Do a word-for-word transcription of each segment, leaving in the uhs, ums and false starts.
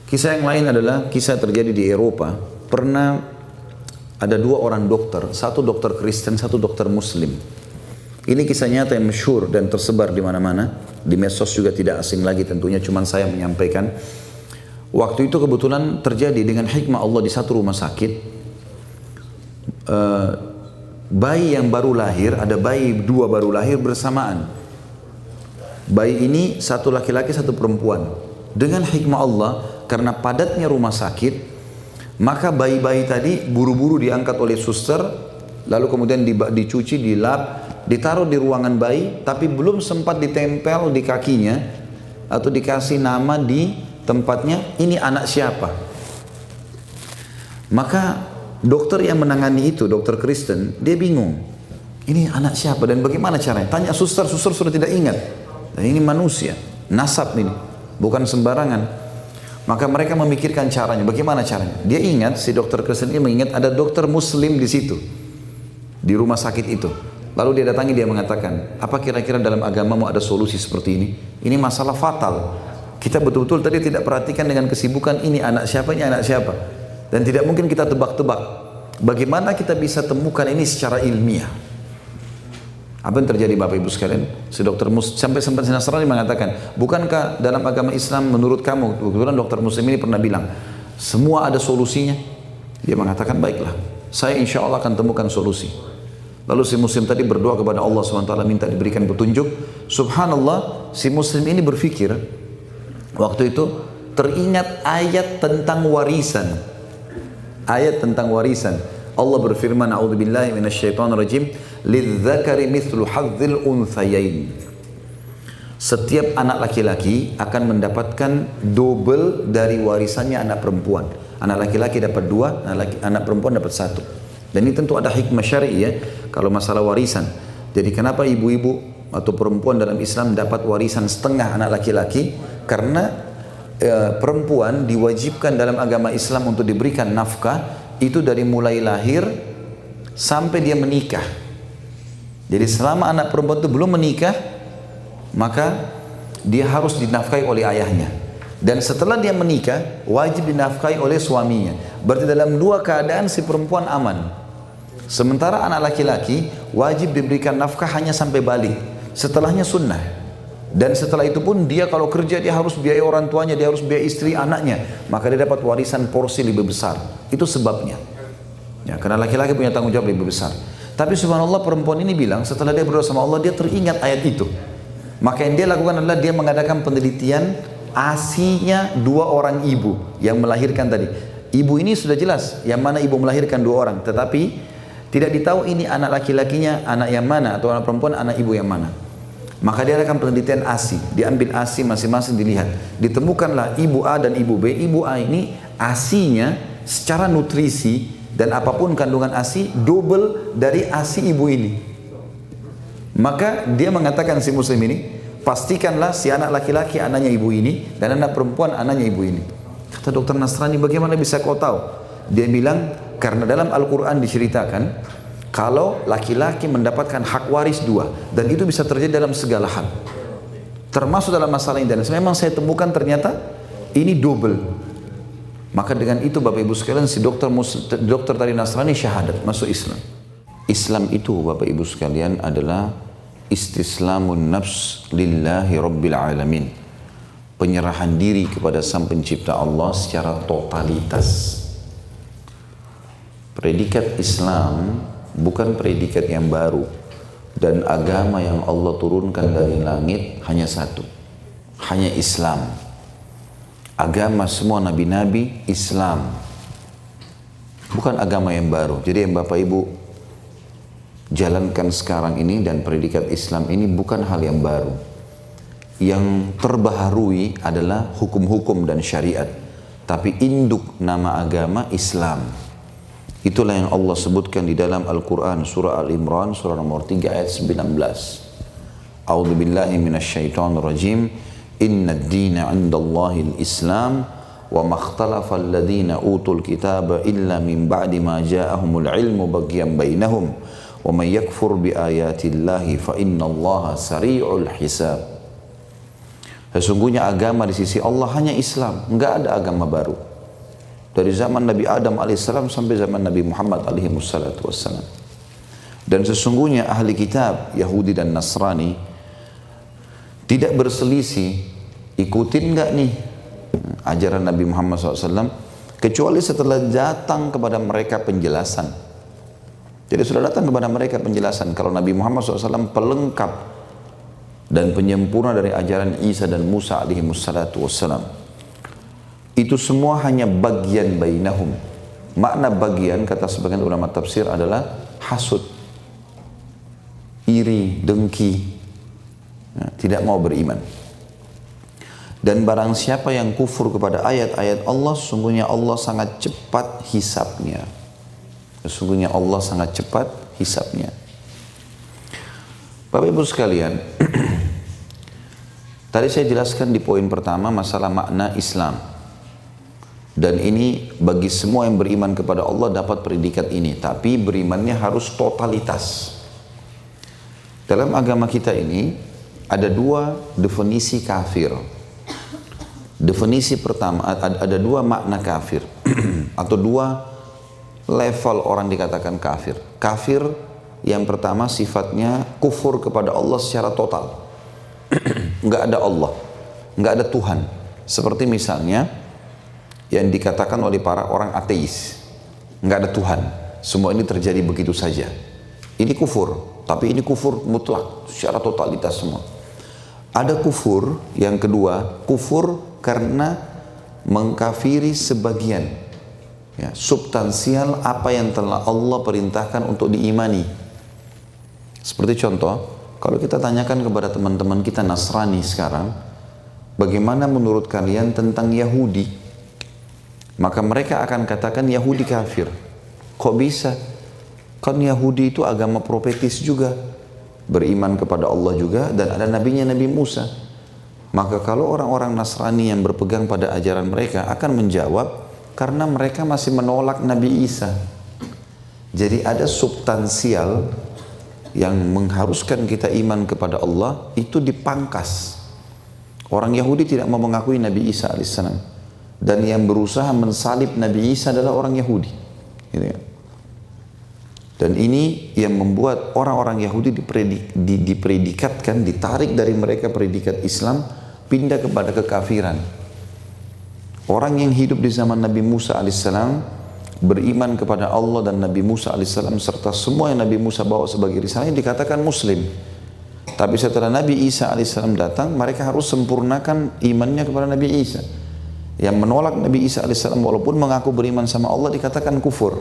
Kisah yang lain adalah kisah terjadi di Eropa. Pernah ada dua orang dokter, satu dokter Kristen, satu dokter Muslim. Ini kisah nyata yang masyhur dan tersebar di mana-mana. Di medsos juga tidak asing lagi tentunya, cuman saya menyampaikan. Waktu itu kebetulan terjadi dengan hikmah Allah di satu rumah sakit. Uh, bayi yang baru lahir, ada bayi dua baru lahir bersamaan. Bayi ini satu laki-laki, satu perempuan. Dengan hikmah Allah, karena padatnya rumah sakit, maka bayi-bayi tadi buru-buru diangkat oleh suster, lalu kemudian dicuci, dilap, ditaruh di ruangan bayi, tapi belum sempat ditempel di kakinya atau dikasih nama di tempatnya, ini anak siapa. Maka dokter yang menangani itu, dokter Kristen, dia bingung, ini anak siapa dan bagaimana caranya. Tanya suster, suster sudah tidak ingat. Dan ini manusia, nasab ini, bukan sembarangan. Maka mereka memikirkan caranya, bagaimana caranya. Dia ingat, si dokter Kristen ini mengingat ada dokter Muslim di situ, di rumah sakit itu. Lalu dia datangi, dia mengatakan, apa kira-kira dalam agamamu ada solusi seperti ini? Ini masalah fatal. Kita betul-betul tadi tidak perhatikan dengan kesibukan, ini anak siapa, ini anak siapa. Dan tidak mungkin kita tebak-tebak. Bagaimana kita bisa temukan ini secara ilmiah? Apa yang terjadi Bapak Ibu sekalian? Si dokter Muslim, sampai sempat Nasrani mengatakan, bukankah dalam agama Islam menurut kamu, kebetulan dokter Muslim ini pernah bilang, semua ada solusinya? Dia mengatakan, baiklah, saya insya Allah akan temukan solusi. Lalu si Muslim tadi berdoa kepada Allah subhanahu wa taala, minta diberikan petunjuk. Subhanallah, si Muslim ini berpikir, waktu itu teringat ayat tentang warisan. Ayat tentang warisan. Allah berfirman, a'udzubillahi minasyaitonirrajim, lidzakari mithlu hadzil unthayain. Setiap anak laki-laki akan mendapatkan double dari warisannya anak perempuan. Anak laki-laki dapat dua, anak, laki, anak perempuan dapat satu. Dan ini tentu ada hikmah syar'i ya, kalau masalah warisan. Jadi kenapa ibu-ibu atau perempuan dalam Islam dapat warisan setengah anak laki-laki? Karena e, perempuan diwajibkan dalam agama Islam untuk diberikan nafkah itu dari mulai lahir sampai dia menikah. Jadi selama anak perempuan itu belum menikah, maka dia harus dinafkahi oleh ayahnya. Dan setelah dia menikah, wajib dinafkahi oleh suaminya. Berarti dalam dua keadaan si perempuan aman. Sementara anak laki-laki wajib diberikan nafkah hanya sampai balik. Setelahnya sunnah. Dan setelah itu pun dia kalau kerja dia harus biaya orang tuanya, dia harus biaya istri anaknya. Maka dia dapat warisan porsi lebih besar. Itu sebabnya. Ya, karena laki-laki punya tanggung jawab lebih besar. Tapi subhanallah perempuan ini bilang setelah dia berdoa sama Allah, dia teringat ayat itu. Maka yang dia lakukan adalah dia mengadakan penelitian asinya dua orang ibu yang melahirkan tadi. Ibu ini sudah jelas yang mana ibu melahirkan dua orang. Tetapi tidak ditahu ini anak laki-lakinya anak yang mana atau anak perempuan anak ibu yang mana. Maka dia akan penelitian asi, diambil asi masing-masing dilihat. Ditemukanlah ibu A dan ibu B. Ibu A ini asinya secara nutrisi dan apapun kandungan asi double dari asi ibu ini. Maka dia mengatakan si Muslim ini, pastikanlah si anak laki-laki anaknya ibu ini dan anak perempuan anaknya ibu ini. Kata dokter Nasrani, bagaimana bisa kau tahu? Dia bilang, karena dalam Al-Quran diceritakan kalau laki-laki mendapatkan hak waris dua, dan itu bisa terjadi dalam segala hal, termasuk dalam masalah ini. Dan memang saya temukan ternyata ini double. Maka dengan itu Bapak Ibu sekalian, si dokter dokter tadi Nasrani syahadat masuk Islam. Islam itu Bapak Ibu sekalian adalah istislamun nafs lillahi rabbil alamin, penyerahan diri kepada Sang Pencipta Allah secara totalitas. Predikat Islam bukan predikat yang baru, dan agama yang Allah turunkan dari langit hanya satu, hanya Islam. Agama semua nabi-nabi Islam, bukan agama yang baru. Jadi yang Bapak Ibu jalankan sekarang ini dan predikat Islam ini bukan hal yang baru. Yang terbaharui adalah hukum-hukum dan syariat, tapi induk nama agama Islam. Itulah yang Allah sebutkan di dalam Al-Quran surah Al-Imran surah nomor tiga ayat sembilan belas. A'udzu billahi minasyaitonir rajim. Inna ad-dina 'indallahi al-Islam wa ma ikhtalafa alladhina utul kitaba illa min ba'di ma ja'ahumul 'ilmu baghyan bainahum wa may yakfur bi ayatillahi fa innallaha sari'ul hisab. Sesungguhnya agama di sisi Allah hanya Islam, enggak ada agama baru. Dari zaman Nabi Adam alaihissalam sampai zaman Nabi Muhammad alaihi wassalam. Dan sesungguhnya ahli kitab Yahudi dan Nasrani tidak berselisih, ikutin enggak nih ajaran Nabi Muhammad shallallahu alaihi wasallam, kecuali setelah datang kepada mereka penjelasan. Jadi sudah datang kepada mereka penjelasan kalau Nabi Muhammad shallallahu alaihi wasallam pelengkap dan penyempurna dari ajaran Isa dan Musa alaihi wassalam. Itu semua hanya bagian bainahum. Makna bagian kata sebagian ulama tafsir adalah hasud, iri, dengki, nah, tidak mau beriman. Dan barang siapa yang kufur kepada ayat-ayat Allah, sesungguhnya Allah sangat cepat hisabnya. Sesungguhnya Allah sangat cepat hisabnya. Bapak Ibu sekalian, tadi saya jelaskan di poin pertama masalah makna Islam. Dan ini bagi semua yang beriman kepada Allah dapat predikat ini. Tapi berimannya harus totalitas. Dalam agama kita ini ada dua definisi kafir. Definisi pertama, ada dua makna kafir atau dua level orang dikatakan kafir. Kafir yang pertama sifatnya kufur kepada Allah secara total. Nggak ada Allah, nggak ada Tuhan. Seperti misalnya yang dikatakan oleh para orang ateis, nggak ada Tuhan. Semua ini terjadi begitu saja. Ini kufur, tapi ini kufur mutlak secara totalitas semua. Ada kufur yang kedua, kufur karena mengkafiri sebagian, ya, substansial apa yang telah Allah perintahkan untuk diimani. Seperti contoh, kalau kita tanyakan kepada teman-teman kita Nasrani sekarang, bagaimana menurut kalian tentang Yahudi? Maka mereka akan katakan Yahudi kafir. Kok bisa? Kan Yahudi itu agama profetis juga, beriman kepada Allah juga, dan ada nabinya Nabi Musa. Maka kalau orang-orang Nasrani yang berpegang pada ajaran mereka akan menjawab, karena mereka masih menolak Nabi Isa. Jadi ada substansial yang mengharuskan kita iman kepada Allah itu dipangkas. Orang Yahudi tidak mau mengakui Nabi Isa alaihissalam, dan yang berusaha mensalib Nabi Isa adalah orang Yahudi. Gitu ya. Dan ini yang membuat orang-orang Yahudi dipredik, dipredikatkan, ditarik dari mereka predikat Islam, pindah kepada kekafiran. Orang yang hidup di zaman Nabi Musa alaihissalam beriman kepada Allah dan Nabi Musa alaihissalam serta semua yang Nabi Musa bawa sebagai risalah dikatakan Muslim. Tapi setelah Nabi Isa alaihissalam datang, mereka harus sempurnakan imannya kepada Nabi Isa. Yang menolak Nabi Isa alaihissalam walaupun mengaku beriman sama Allah dikatakan kufur.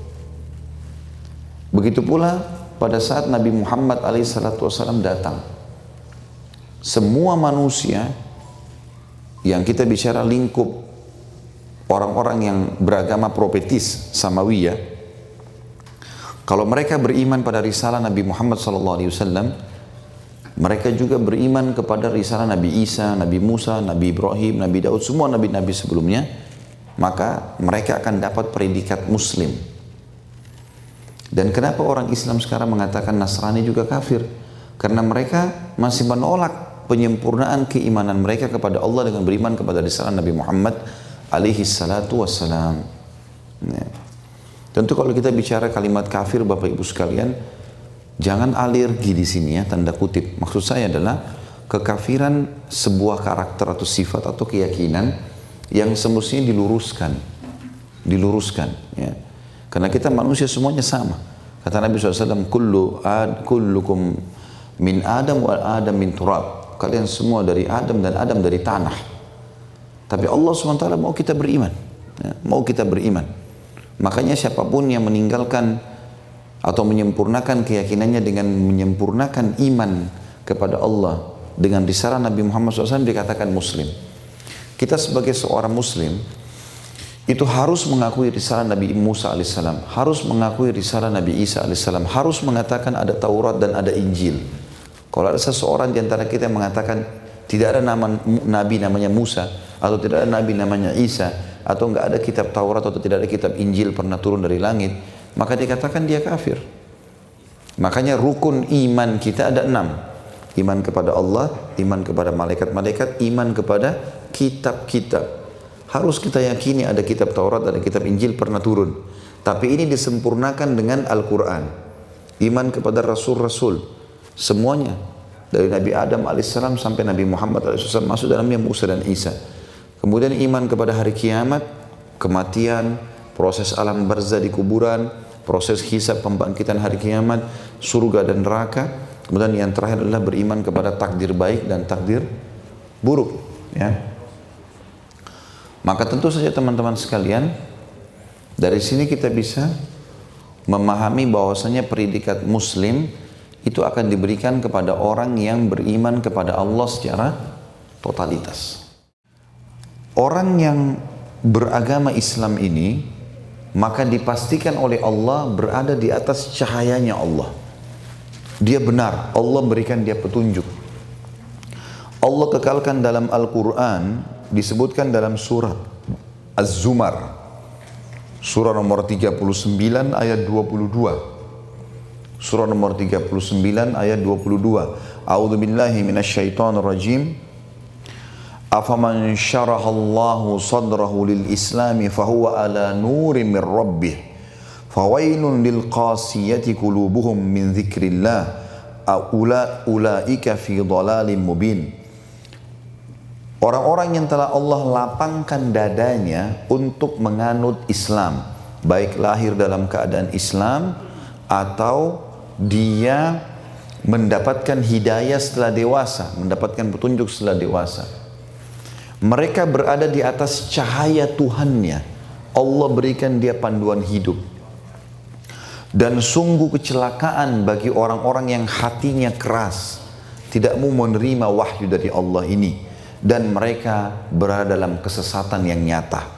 Begitu pula pada saat Nabi Muhammad alaihissalam datang, semua manusia yang kita bicara lingkup orang-orang yang beragama profetis samawiyah, kalau mereka beriman pada risalah Nabi Muhammad sallallahu alaihi wasallam, mereka juga beriman kepada risalah Nabi Isa, Nabi Musa, Nabi Ibrahim, Nabi Daud, semua nabi-nabi sebelumnya, maka mereka akan dapat predikat Muslim. Dan kenapa orang Islam sekarang mengatakan Nasrani juga kafir? Karena mereka masih menolak penyempurnaan keimanan mereka kepada Allah dengan beriman kepada risalah Nabi Muhammad alaihi salatu wassalam. Ya. Tentu kalau kita bicara kalimat kafir, Bapak Ibu sekalian, jangan alergi di sini ya, tanda kutip. Maksud saya adalah kekafiran sebuah karakter atau sifat atau keyakinan yang semestinya diluruskan, diluruskan. Ya. Karena kita manusia semuanya sama. Kata Nabi shallallahu alaihi wasallam, Kullu ad, kullukum min Adam wa Adam min turab. Kalian semua dari Adam dan Adam dari tanah. Tapi Allah subhanahu wa taala mau kita beriman. Ya, mau kita beriman. Makanya siapapun yang meninggalkan atau menyempurnakan keyakinannya dengan menyempurnakan iman kepada Allah dengan risalah Nabi Muhammad shallallahu alaihi wasallam dikatakan Muslim. Kita sebagai seorang Muslim itu harus mengakui risalah Nabi Musa alaihissalam, harus mengakui risalah Nabi Isa alaihissalam, harus mengatakan ada Taurat dan ada Injil. Kalau ada seseorang di antara kita yang mengatakan tidak ada nama Nabi namanya Musa, atau tidak ada Nabi namanya Isa, atau enggak ada kitab Taurat atau tidak ada kitab Injil pernah turun dari langit, maka dikatakan dia kafir. Makanya rukun iman kita ada enam. Iman kepada Allah, iman kepada malaikat-malaikat, iman kepada kitab-kitab. Harus kita yakini ada kitab Taurat, ada kitab Injil pernah turun. Tapi ini disempurnakan dengan Al-Quran. Iman kepada Rasul-Rasul. Semuanya. Dari Nabi Adam alaihissalam sampai Nabi Muhammad alaihissalam masuk dalamnya Musa dan Isa. Kemudian iman kepada hari kiamat, kematian, proses alam barzah di kuburan, proses hisab pembangkitan hari kiamat, surga dan neraka. Kemudian yang terakhir adalah beriman kepada takdir baik dan takdir buruk. Ya. Maka tentu saja teman-teman sekalian, dari sini kita bisa memahami bahwasanya predikat Muslim itu akan diberikan kepada orang yang beriman kepada Allah secara totalitas. Orang yang beragama Islam ini, maka dipastikan oleh Allah berada di atas cahayanya Allah. Dia benar, Allah berikan dia petunjuk. Allah kekalkan dalam Al-Quran, disebutkan dalam surat Az-Zumar, surah nomor tiga puluh sembilan ayat dua puluh dua. Surah nomor tiga puluh sembilan ayat dua puluh dua. A'udzu billahi minasyaitonir rajim. Afaman syarahallahu sadrahu lil islami fahuwa ala nurin min rabbih. Fawailun lil qasiyati qulubuhum min dzikrillah ula ulaika fi dhalalim mubin. Orang-orang yang telah Allah lapangkan dadanya untuk menganut Islam, baik lahir dalam keadaan Islam atau dia mendapatkan hidayah setelah dewasa, mendapatkan petunjuk setelah dewasa. Mereka berada di atas cahaya Tuhannya. Allah berikan dia panduan hidup. Dan sungguh kecelakaan bagi orang-orang yang hatinya keras, tidak mau menerima wahyu dari Allah ini, dan mereka berada dalam kesesatan yang nyata.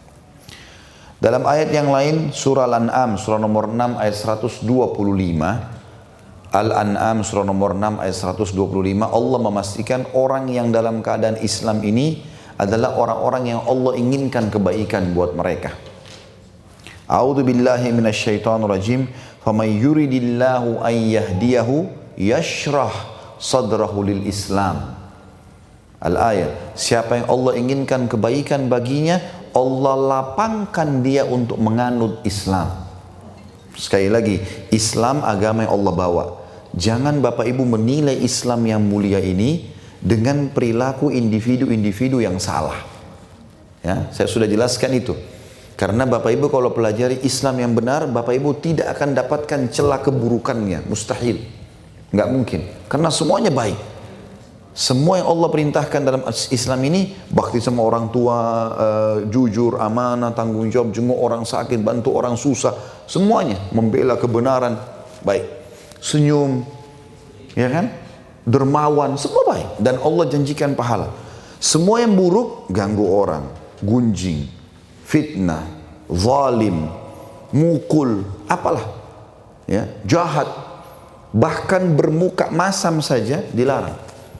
Dalam ayat yang lain, surah Al-An'am, surah nomor enam ayat seratus dua puluh lima, Al-An'am surah nomor enam ayat seratus dua puluh lima, Allah memastikan orang yang dalam keadaan Islam ini adalah orang-orang yang Allah inginkan kebaikan buat mereka. A'udzu billahi minasyaitonir rajim. Faman yuridillahu an yahdiyahu yashrah sadrahu lil Islam. Al-ayat. Siapa yang Allah inginkan kebaikan baginya, Allah lapangkan dia untuk menganut Islam. Sekali lagi, Islam agama yang Allah bawa. Jangan Bapak Ibu menilai Islam yang mulia ini dengan perilaku individu-individu yang salah. Ya, saya sudah jelaskan itu. Karena Bapak Ibu kalau pelajari Islam yang benar, Bapak Ibu tidak akan dapatkan celah keburukannya, mustahil. Nggak mungkin, karena semuanya baik. Semua yang Allah perintahkan dalam Islam ini, bakti sama orang tua, uh, jujur, amanah, tanggung jawab, jenguk orang sakit, bantu orang susah, semuanya membela kebenaran, baik. Senyum, ya kan? Dermawan, semua baik. Dan Allah janjikan pahala. Semua yang buruk, ganggu orang, gunjing, fitnah, zalim, mukul, apalah, ya, jahat, bahkan bermuka masam saja dilarang.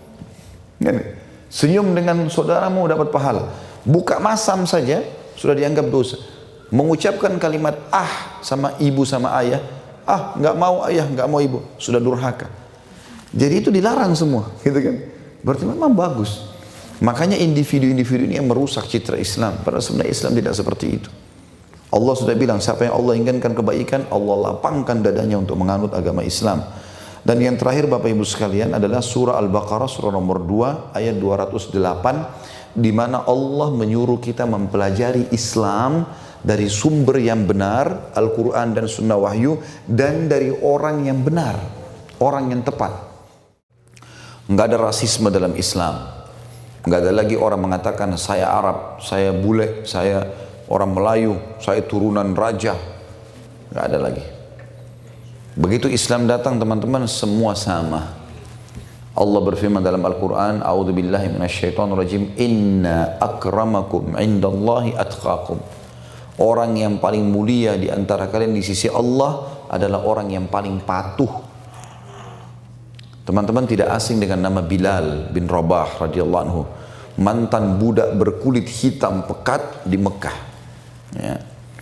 Senyum dengan saudaramu dapat pahala, buka masam saja sudah dianggap dosa. Mengucapkan kalimat ah sama ibu sama ayah, ah nggak mau ayah nggak mau ibu, sudah durhaka. Jadi itu dilarang semua, gitu kan? Berarti memang bagus. Makanya individu-individu ini yang merusak citra Islam. Padahal sebenarnya Islam tidak seperti itu. Allah sudah bilang, siapa yang Allah inginkan kebaikan, Allah lapangkan dadanya untuk menganut agama Islam. Dan yang terakhir Bapak Ibu sekalian adalah surah Al-Baqarah, surah nomor dua, ayat dua ratus delapan, di mana Allah menyuruh kita mempelajari Islam dari sumber yang benar, Al-Quran dan Sunnah Wahyu, dan dari orang yang benar, orang yang tepat. Enggak ada rasisme dalam Islam. Nggak ada lagi orang mengatakan saya Arab, saya bule, saya orang Melayu, saya turunan raja. Nggak ada lagi. Begitu Islam datang teman-teman, semua sama. Allah berfirman dalam Al-Quran, A'udzu billahi minasyaitonir rajim, Inna akramakum indallahi atqakum. Orang yang paling mulia di antara kalian di sisi Allah adalah orang yang paling patuh. Teman-teman tidak asing dengan nama Bilal bin Rabah radhiyallahu anhu, mantan budak berkulit hitam pekat di Mekah. Ya.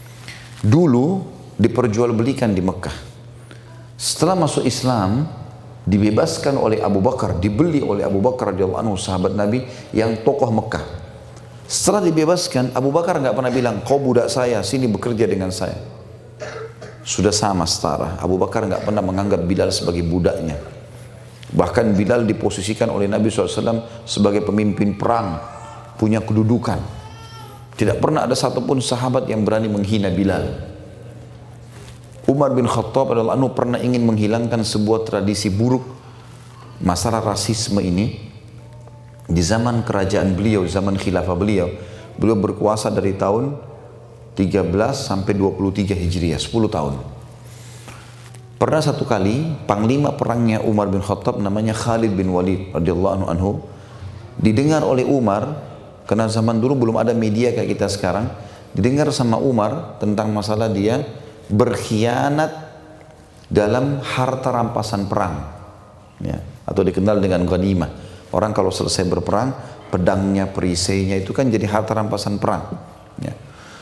Dulu diperjualbelikan di Mekah. Setelah masuk Islam, dibebaskan oleh Abu Bakar, dibeli oleh Abu Bakar radhiyallahu anhu, sahabat Nabi yang tokoh Mekah. Setelah dibebaskan, Abu Bakar nggak pernah bilang, kau budak saya, sini bekerja dengan saya. Sudah sama setara. Abu Bakar nggak pernah menganggap Bilal sebagai budaknya. Bahkan Bilal diposisikan oleh Nabi shallallahu alaihi wasallam sebagai pemimpin perang, punya kedudukan. Tidak pernah ada satupun sahabat yang berani menghina Bilal. Umar bin Khattab radhiyallahu anhu pernah ingin menghilangkan sebuah tradisi buruk masalah rasisme ini di zaman kerajaan beliau, zaman khilafah beliau. Beliau berkuasa dari tahun tiga belas sampai dua puluh tiga Hijriah, sepuluh tahun. Pernah satu kali panglima perangnya Umar bin Khattab namanya Khalid bin Walid radhiyallahu anhu didengar oleh Umar, karena zaman dulu belum ada media kayak kita sekarang, didengar sama Umar tentang masalah dia berkhianat dalam harta rampasan perang, ya, atau dikenal dengan ghanimah. Orang kalau selesai berperang, pedangnya, perisainya itu kan jadi harta rampasan perang, ya.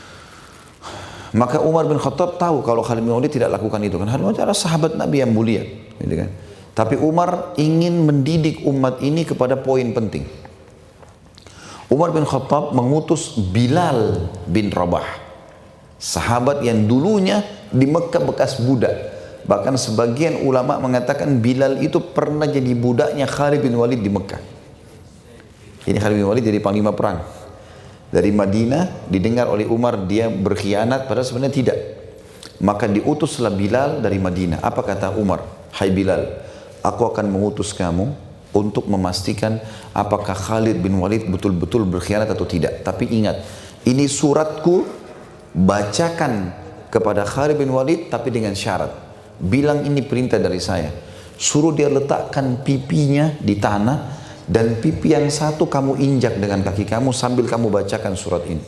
Maka Umar bin Khattab tahu kalau Khalid bin Walid tidak lakukan itu, kan Khalid bin Walid adalah sahabat Nabi yang mulia, gitu kan. Tapi Umar ingin mendidik umat ini kepada poin penting. Umar bin Khattab mengutus Bilal bin Rabah, sahabat yang dulunya di Mekah bekas budak. Bahkan sebagian ulama mengatakan Bilal itu pernah jadi budaknya Khalid bin Walid di Mekah. Ini Khalid bin Walid jadi panglima perang. Dari Madinah didengar oleh Umar dia berkhianat, padahal sebenarnya tidak. Maka diutuslah Bilal dari Madinah. Apa kata Umar? Hai Bilal, aku akan mengutus kamu untuk memastikan apakah Khalid bin Walid betul-betul berkhianat atau tidak. Tapi ingat, ini suratku, bacakan kepada Khalid bin Walid tapi dengan syarat. Bilang ini perintah dari saya. Suruh dia letakkan pipinya di tanah dan pipi yang satu kamu injak dengan kaki kamu sambil kamu bacakan surat ini.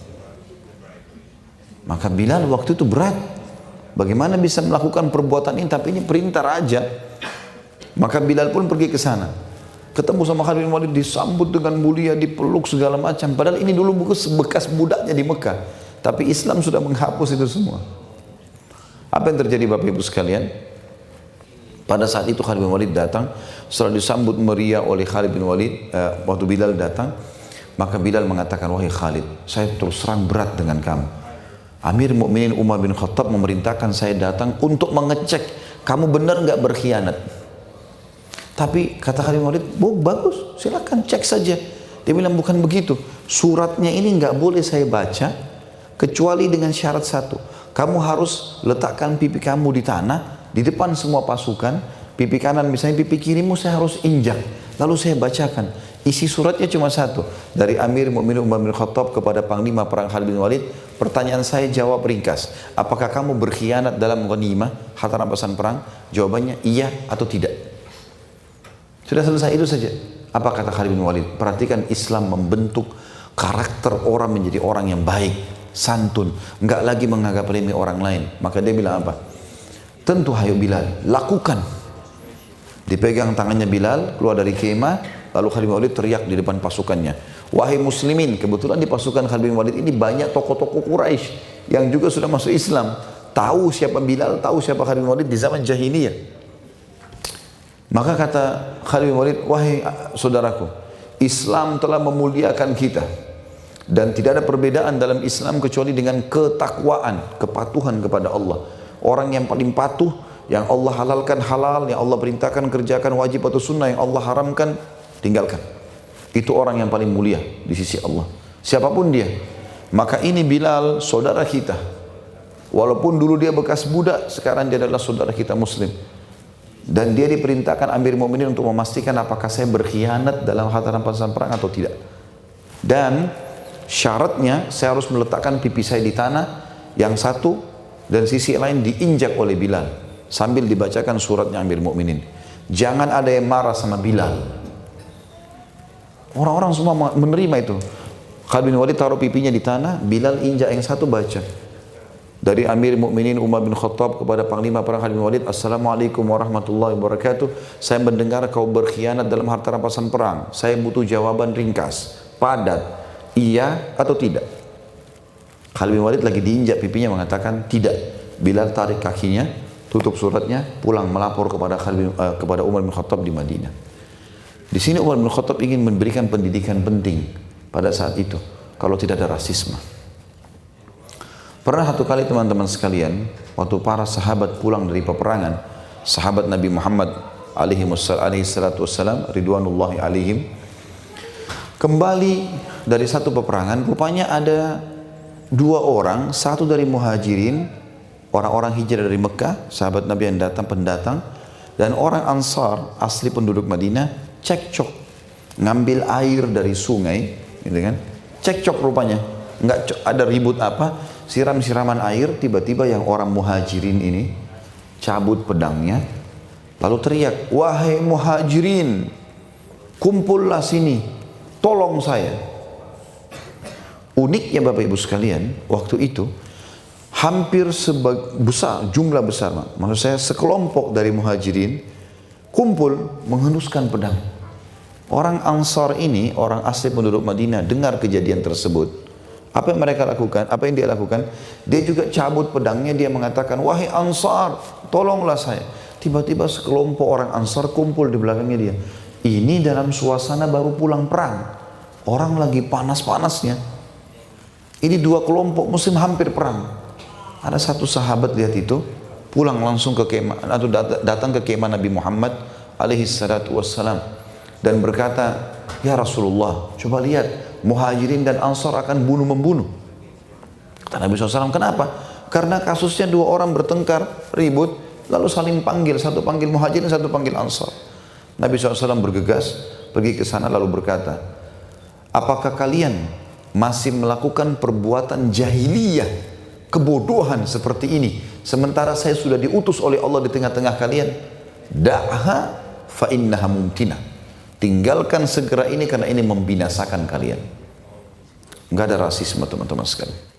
Maka Bilal waktu itu berat. Bagaimana bisa melakukan perbuatan ini, tapi ini perintah raja. Maka Bilal pun pergi ke sana. Ketemu sama Khalid bin Walid, disambut dengan mulia, dipeluk segala macam. Padahal ini dulu bekas, bekas budaknya di Mekah. Tapi Islam sudah menghapus itu semua. Apa yang terjadi Bapak Ibu sekalian? Pada saat itu Khalid bin Walid datang, setelah disambut meriah oleh Khalid bin Walid, uh, waktu Bilal datang, maka Bilal mengatakan, wahai Khalid, saya terus terang berat dengan kamu. Amir Mukminin Umar bin Khattab memerintahkan saya datang untuk mengecek kamu benar nggak berkhianat. Tapi kata Khalid bin Walid, oh, bagus, silakan cek saja. Dia bilang bukan begitu, suratnya ini nggak boleh saya baca kecuali dengan syarat satu. Kamu harus letakkan pipi kamu di tanah, di depan semua pasukan, pipi kanan misalnya, pipi kirimu saya harus injak. Lalu saya bacakan. Isi suratnya cuma satu. Dari Amir Mukminin Umar bin Khattab kepada Panglima Perang Khalid bin Walid. Pertanyaan saya jawab ringkas. Apakah kamu berkhianat dalam ghanimah, harta rampasan perang? Jawabannya iya atau tidak. Sudah selesai, itu saja. Apa kata Khalid bin Walid? Perhatikan Islam membentuk karakter orang menjadi orang yang baik, santun, enggak lagi menganggap remeh orang lain. Maka dia bilang apa? Tentu hayo Bilal, lakukan. Dipegang tangannya Bilal, keluar dari kemah, lalu Khalid bin Walid teriak di depan pasukannya, wahai muslimin. Kebetulan di pasukan Khalid bin Walid ini banyak tokoh-tokoh Quraisy yang juga sudah masuk Islam. Tahu siapa Bilal, tahu siapa Khalid bin Walid di zaman jahiliyah. Maka kata Khalid bin Walid, wahai saudaraku, Islam telah memuliakan kita. Dan tidak ada perbedaan dalam Islam kecuali dengan ketakwaan, kepatuhan kepada Allah. Orang yang paling patuh, yang Allah halalkan halal, yang Allah perintahkan kerjakan wajib atau sunnah, yang Allah haramkan tinggalkan. Itu orang yang paling mulia di sisi Allah. Siapapun dia. Maka ini Bilal, saudara kita. Walaupun dulu dia bekas budak, sekarang dia adalah saudara kita muslim. Dan dia diperintahkan Amir Mukminin untuk memastikan apakah saya berkhianat dalam harta rampasan perang atau tidak. Dan syaratnya saya harus meletakkan pipi saya di tanah, yang satu dan sisi lain diinjak oleh Bilal sambil dibacakan suratnya Amir Mukminin. Jangan ada yang marah sama Bilal. Orang-orang semua menerima itu. Khalid bin Walid taruh pipinya di tanah, Bilal injak yang satu baca. Dari Amir Mukminin Umar bin Khattab kepada Panglima Perang Khalid bin Walid, Assalamualaikum warahmatullahi wabarakatuh. Saya mendengar kau berkhianat dalam harta rampasan perang. Saya butuh jawaban ringkas, padat, iya atau tidak. Khalid bin Walid lagi diinjak pipinya mengatakan tidak. Bilal tarik kakinya, tutup suratnya, pulang melapor kepada Khalid, uh, kepada Umar bin Khattab di Madinah. Di sini Umar bin Khattab ingin memberikan pendidikan penting pada saat itu, kalau tidak ada rasisme. Pernah satu kali teman-teman sekalian, waktu para sahabat pulang dari peperangan, sahabat Nabi Muhammad alaihi salatu wassalam, ridwanullahi alaihim, kembali dari satu peperangan, rupanya ada dua orang, satu dari muhajirin, orang-orang hijrah dari Mekah, sahabat Nabi yang datang, pendatang, dan orang Ansar, asli penduduk Madinah, cekcok, ngambil air dari sungai, gitu kan? Cekcok rupanya, nggak ada ribut apa, siram-siraman air, tiba-tiba yang orang muhajirin ini cabut pedangnya, lalu teriak, wahai muhajirin, kumpullah sini, tolong saya. Uniknya Bapak Ibu sekalian, waktu itu hampir sebesar, jumlah besar, maksud saya sekelompok dari muhajirin kumpul menghunuskan pedang. Orang Ansar ini, orang asli penduduk Madinah, dengar kejadian tersebut. Apa yang mereka lakukan? Apa yang dia lakukan? Dia juga cabut pedangnya, dia mengatakan, wahai Ansar, tolonglah saya. Tiba-tiba sekelompok orang Ansar kumpul di belakangnya dia. Ini dalam suasana baru pulang perang. Orang lagi panas-panasnya. Ini dua kelompok muslim hampir perang. Ada satu sahabat lihat itu, pulang langsung ke kemah, atau datang ke kemah Nabi Muhammad alaihi salatu wassalam, dan berkata, ya Rasulullah, coba lihat, muhajirin dan ansar akan bunuh-membunuh. Kata Nabi shallallahu alaihi wasallam, kenapa? Karena kasusnya dua orang bertengkar, ribut, lalu saling panggil, satu panggil muhajirin, satu panggil ansar. Nabi shallallahu alaihi wasallam bergegas, pergi ke sana lalu berkata, apakah kalian masih melakukan perbuatan jahiliyah, kebodohan seperti ini, sementara saya sudah diutus oleh Allah di tengah-tengah kalian? Da'ha fa innaha mumkinah. Tinggalkan segera ini karena ini membinasakan kalian. Enggak ada rasisme teman-teman sekalian.